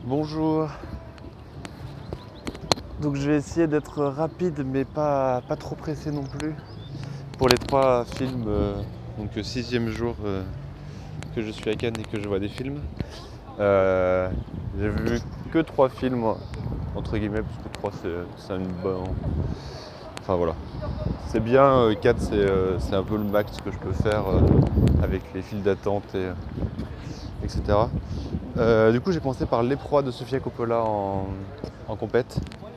Bonjour. Donc je vais essayer d'être rapide mais pas trop pressé non plus pour les 3 films, donc 6e jour que je suis à Cannes et que je vois des films. J'ai vu que 3 films entre guillemets parce que 3 c'est une bonne. Enfin voilà. C'est bien, 4 c'est un peu le max que je peux faire avec les files d'attente etc. Du coup j'ai commencé par Les Proies de Sofia Coppola en compète.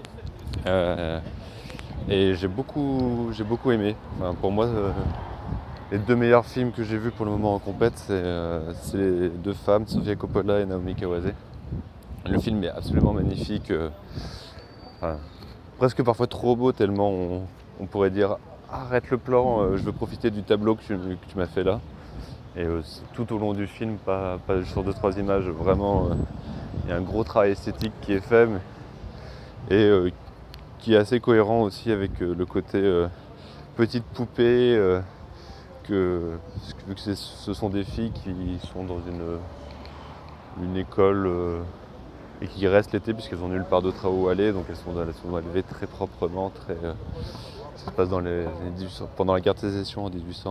Et j'ai beaucoup aimé. Enfin, pour moi, les 2 meilleurs films que j'ai vus pour le moment en compète, c'est les 2 femmes, Sofia Coppola et Naomi Kawase. Le film est absolument magnifique, enfin, presque parfois trop beau tellement on pourrait dire arrête le plan, je veux profiter du tableau que tu m'as fait là. Et tout au long du film, pas juste sur 2-3 images, vraiment il y a un gros travail esthétique qui est fait et qui est assez cohérent aussi avec le côté petite poupée, vu que ce sont des filles qui sont dans une école et qui restent l'été puisqu'elles ont nulle part d'autre où aller, donc elles sont élevées très proprement, ça se passe dans les années 1800, pendant la guerre de sécession en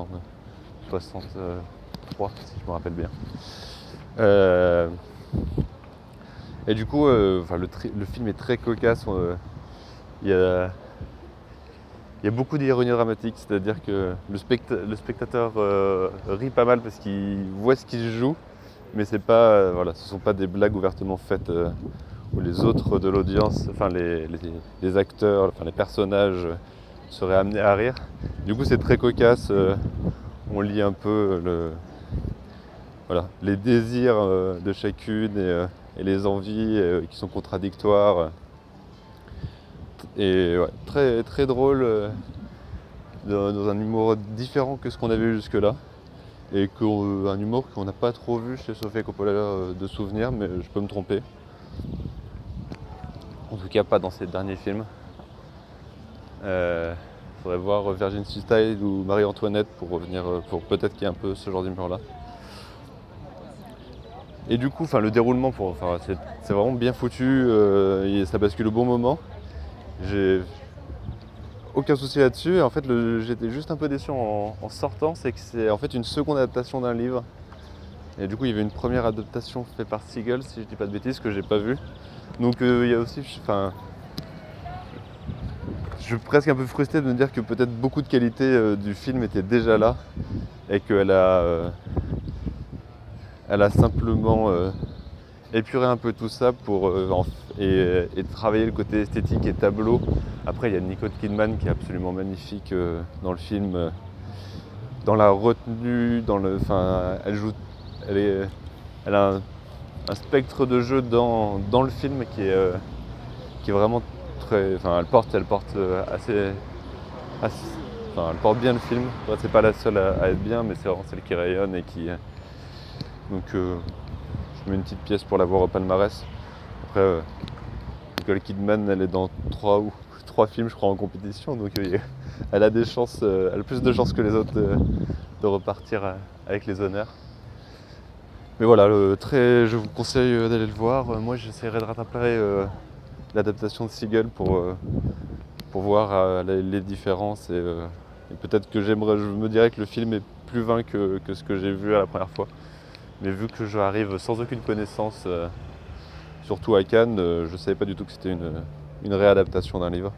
1863 si je me rappelle bien. Et du coup, le film est très cocasse. Il y a beaucoup d'ironie dramatique, c'est-à-dire que le spectateur rit pas mal parce qu'il voit ce qui se joue, mais c'est pas, voilà, ce ne sont pas des blagues ouvertement faites où les autres de l'audience, enfin les acteurs, enfin les personnages seraient amenés à rire. Du coup, c'est très cocasse. On lit un peu les désirs de chacune et les envies qui sont contradictoires. Et ouais, très, très drôle, dans un humour différent que ce qu'on avait vu jusque-là. Et un humour qu'on n'a pas trop vu chez Sofia Coppola de souvenir, mais je peux me tromper. En tout cas, pas dans ses derniers films. Faudrait voir Virgin Suicide ou Marie-Antoinette pour revenir, pour peut-être qu'il y a un peu ce genre d'humour-là. Et du coup, le déroulement, c'est vraiment bien foutu, et ça bascule au bon moment. J'ai aucun souci là-dessus. En fait, j'étais juste un peu déçu en sortant, c'est que c'est en fait une seconde adaptation d'un livre. Et du coup, il y avait une première adaptation faite par Siegel, si je dis pas de bêtises, que j'ai pas vue. Donc il y a aussi, je suis presque un peu frustré de me dire que peut-être beaucoup de qualités du film étaient déjà là et qu'elle elle a simplement épuré un peu tout ça pour et travailler le côté esthétique et tableau. Après, il y a Nicole Kidman qui est absolument magnifique dans le film, dans la retenue, elle a un spectre de jeu dans le film qui est vraiment très, elle porte assez, elle porte bien le film. Après, c'est pas la seule à être bien, mais c'est vraiment celle qui rayonne et qui, donc je mets une petite pièce pour l'avoir au palmarès. Après, Nicole Kidman, elle est dans 3 films, je crois, en compétition, donc elle a des chances, elle a plus de chances que les autres de repartir avec les honneurs. Mais voilà, je vous conseille d'aller le voir. Moi, j'essaierai de rattraper l'adaptation de Siegel pour voir les différences et peut-être que je me dirais que le film est plus vain que ce que j'ai vu à la première fois. Mais vu que j'arrive sans aucune connaissance, surtout à Cannes, je ne savais pas du tout que c'était une réadaptation d'un livre.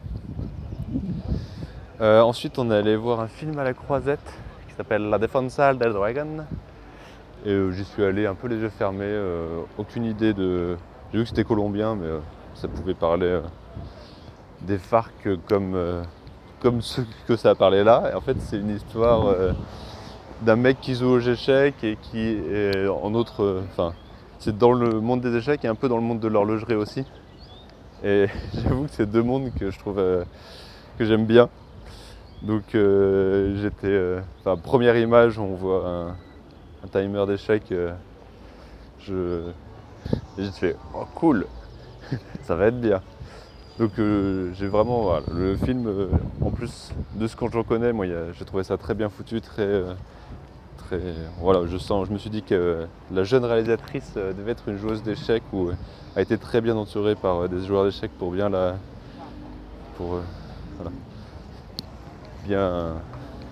Ensuite, on est allé voir un film à la Croisette qui s'appelle La Defensa del Dragon. Et j'y suis allé un peu les yeux fermés, aucune idée de. J'ai vu que c'était colombien, mais ça pouvait parler des FARC comme ce que ça a parlé là. Et en fait, c'est une histoire d'un mec qui joue aux échecs et qui est c'est dans le monde des échecs et un peu dans le monde de l'horlogerie aussi. Et j'avoue que c'est 2 mondes que je trouve que j'aime bien. Donc première image, on voit un timer d'échecs. J'ai juste fait oh cool, ça va être bien. Donc j'ai vraiment, voilà, le film, en plus de ce que j'en connais, moi j'ai trouvé ça très bien foutu, très Voilà, je me suis dit que la jeune réalisatrice devait être une joueuse d'échecs ou a été très bien entourée par des joueurs d'échecs pour bien voilà, bien,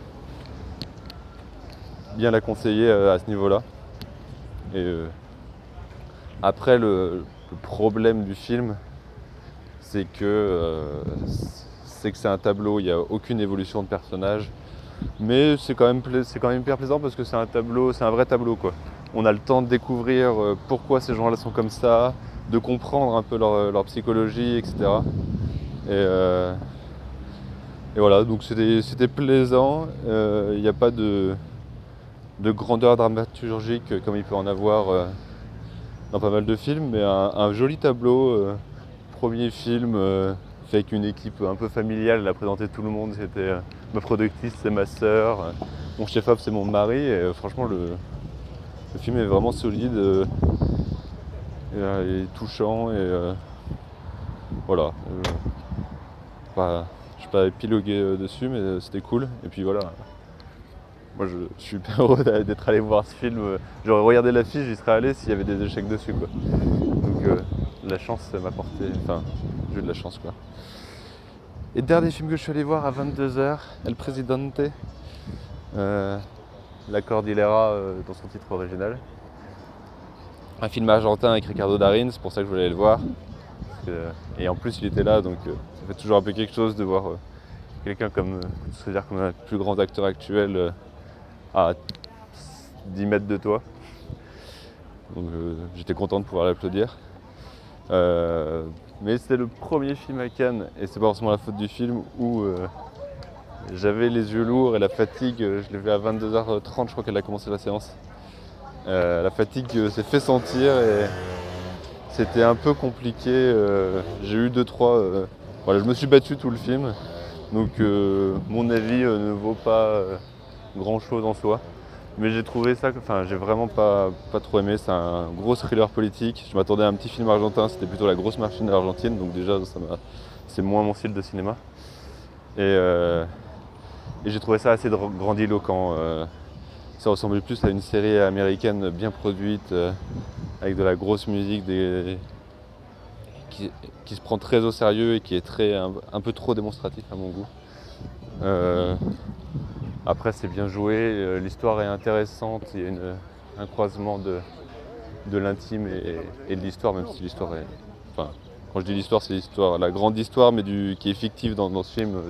bien la conseiller à ce niveau-là. Et après, le problème du film, c'est que c'est un tableau, il n'y a aucune évolution de personnage. Mais c'est quand même hyper plaisant parce que c'est un vrai tableau quoi. On a le temps de découvrir pourquoi ces gens-là sont comme ça, de comprendre un peu leur psychologie, etc. Et voilà, donc c'était plaisant. Il n'y a pas de grandeur dramaturgique comme il peut en avoir dans pas mal de films, mais un joli tableau. Premier film fait avec une équipe un peu familiale, elle a présenté tout le monde, c'était ma productrice c'est ma sœur, mon chef-op c'est mon mari, et franchement le film est vraiment solide et touchant, et voilà. Je ne vais pas épiloguer dessus, mais c'était cool, et puis voilà. Moi je suis hyper heureux d'être allé voir ce film, j'aurais regardé l'affiche, j'y serais allé s'il y avait des échecs dessus quoi. Donc la chance m'a porté, enfin j'ai eu de la chance quoi. Et dernier film que je suis allé voir à 22h, El Presidente, La Cordillera dans son titre original. Un film argentin avec Ricardo Darín, c'est pour ça que je voulais aller le voir. Et en plus il était là, donc ça fait toujours un peu quelque chose de voir quelqu'un comme un des plus grands acteurs actuels à 10 mètres de toi. Donc j'étais content de pouvoir l'applaudir. Mais c'était le premier film à Cannes, et c'est pas forcément la faute du film, où j'avais les yeux lourds et la fatigue, je l'ai vu à 22h30, je crois qu'elle a commencé la séance. La fatigue s'est fait sentir et c'était un peu compliqué. J'ai eu 2-3... voilà, je me suis battu tout le film, donc mon avis ne vaut pas grand chose en soi. Mais j'ai trouvé ça, enfin j'ai vraiment pas trop aimé, c'est un gros thriller politique. Je m'attendais à un petit film argentin, c'était plutôt La Grosse Machine argentine, donc déjà c'est moins mon style de cinéma. Et j'ai trouvé ça assez grandiloquent. Ça ressemblait plus à une série américaine bien produite, avec de la grosse musique, qui se prend très au sérieux et qui est un peu trop démonstratif à mon goût. Après c'est bien joué, l'histoire est intéressante, il y a un croisement de l'intime et de l'histoire, même si l'histoire est... Enfin, quand je dis l'histoire, c'est l'histoire, la grande histoire, mais qui est fictive dans ce film.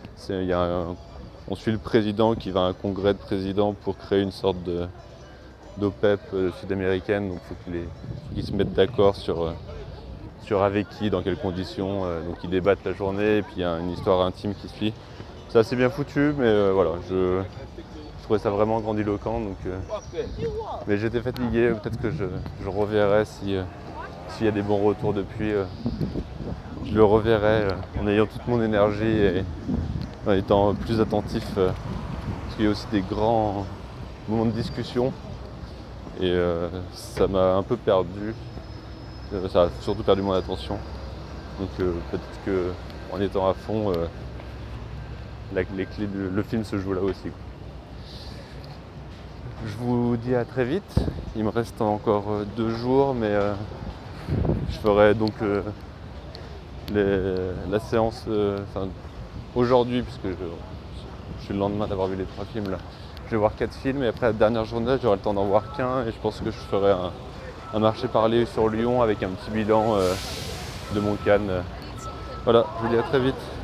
On suit le président qui va à un congrès de présidents pour créer une sorte d'OPEP sud-américaine, donc il faut qu'ils se mettent d'accord sur avec qui, dans quelles conditions, donc ils débattent la journée, et puis il y a une histoire intime qui suit. C'est assez bien foutu, mais voilà, je trouvais ça vraiment grandiloquent, donc, mais j'étais fatigué, peut-être que je reverrai s'il y a des bons retours depuis, je le reverrai en ayant toute mon énergie et en étant plus attentif, parce qu'il y a aussi des grands moments de discussion, et ça m'a un peu perdu, ça a surtout perdu mon attention, donc peut-être qu'en étant à fond, les clés le film se joue là aussi. Je vous dis à très vite, il me reste encore 2 jours, mais je ferai donc la séance aujourd'hui, puisque je suis le lendemain d'avoir vu les 3 films là. Je vais voir 4 films, et après la dernière journée j'aurai le temps d'en voir qu'un, et je pense que je ferai un marché parlé sur Lyon avec un petit bilan de mon Cannes. Voilà, je vous dis à très vite.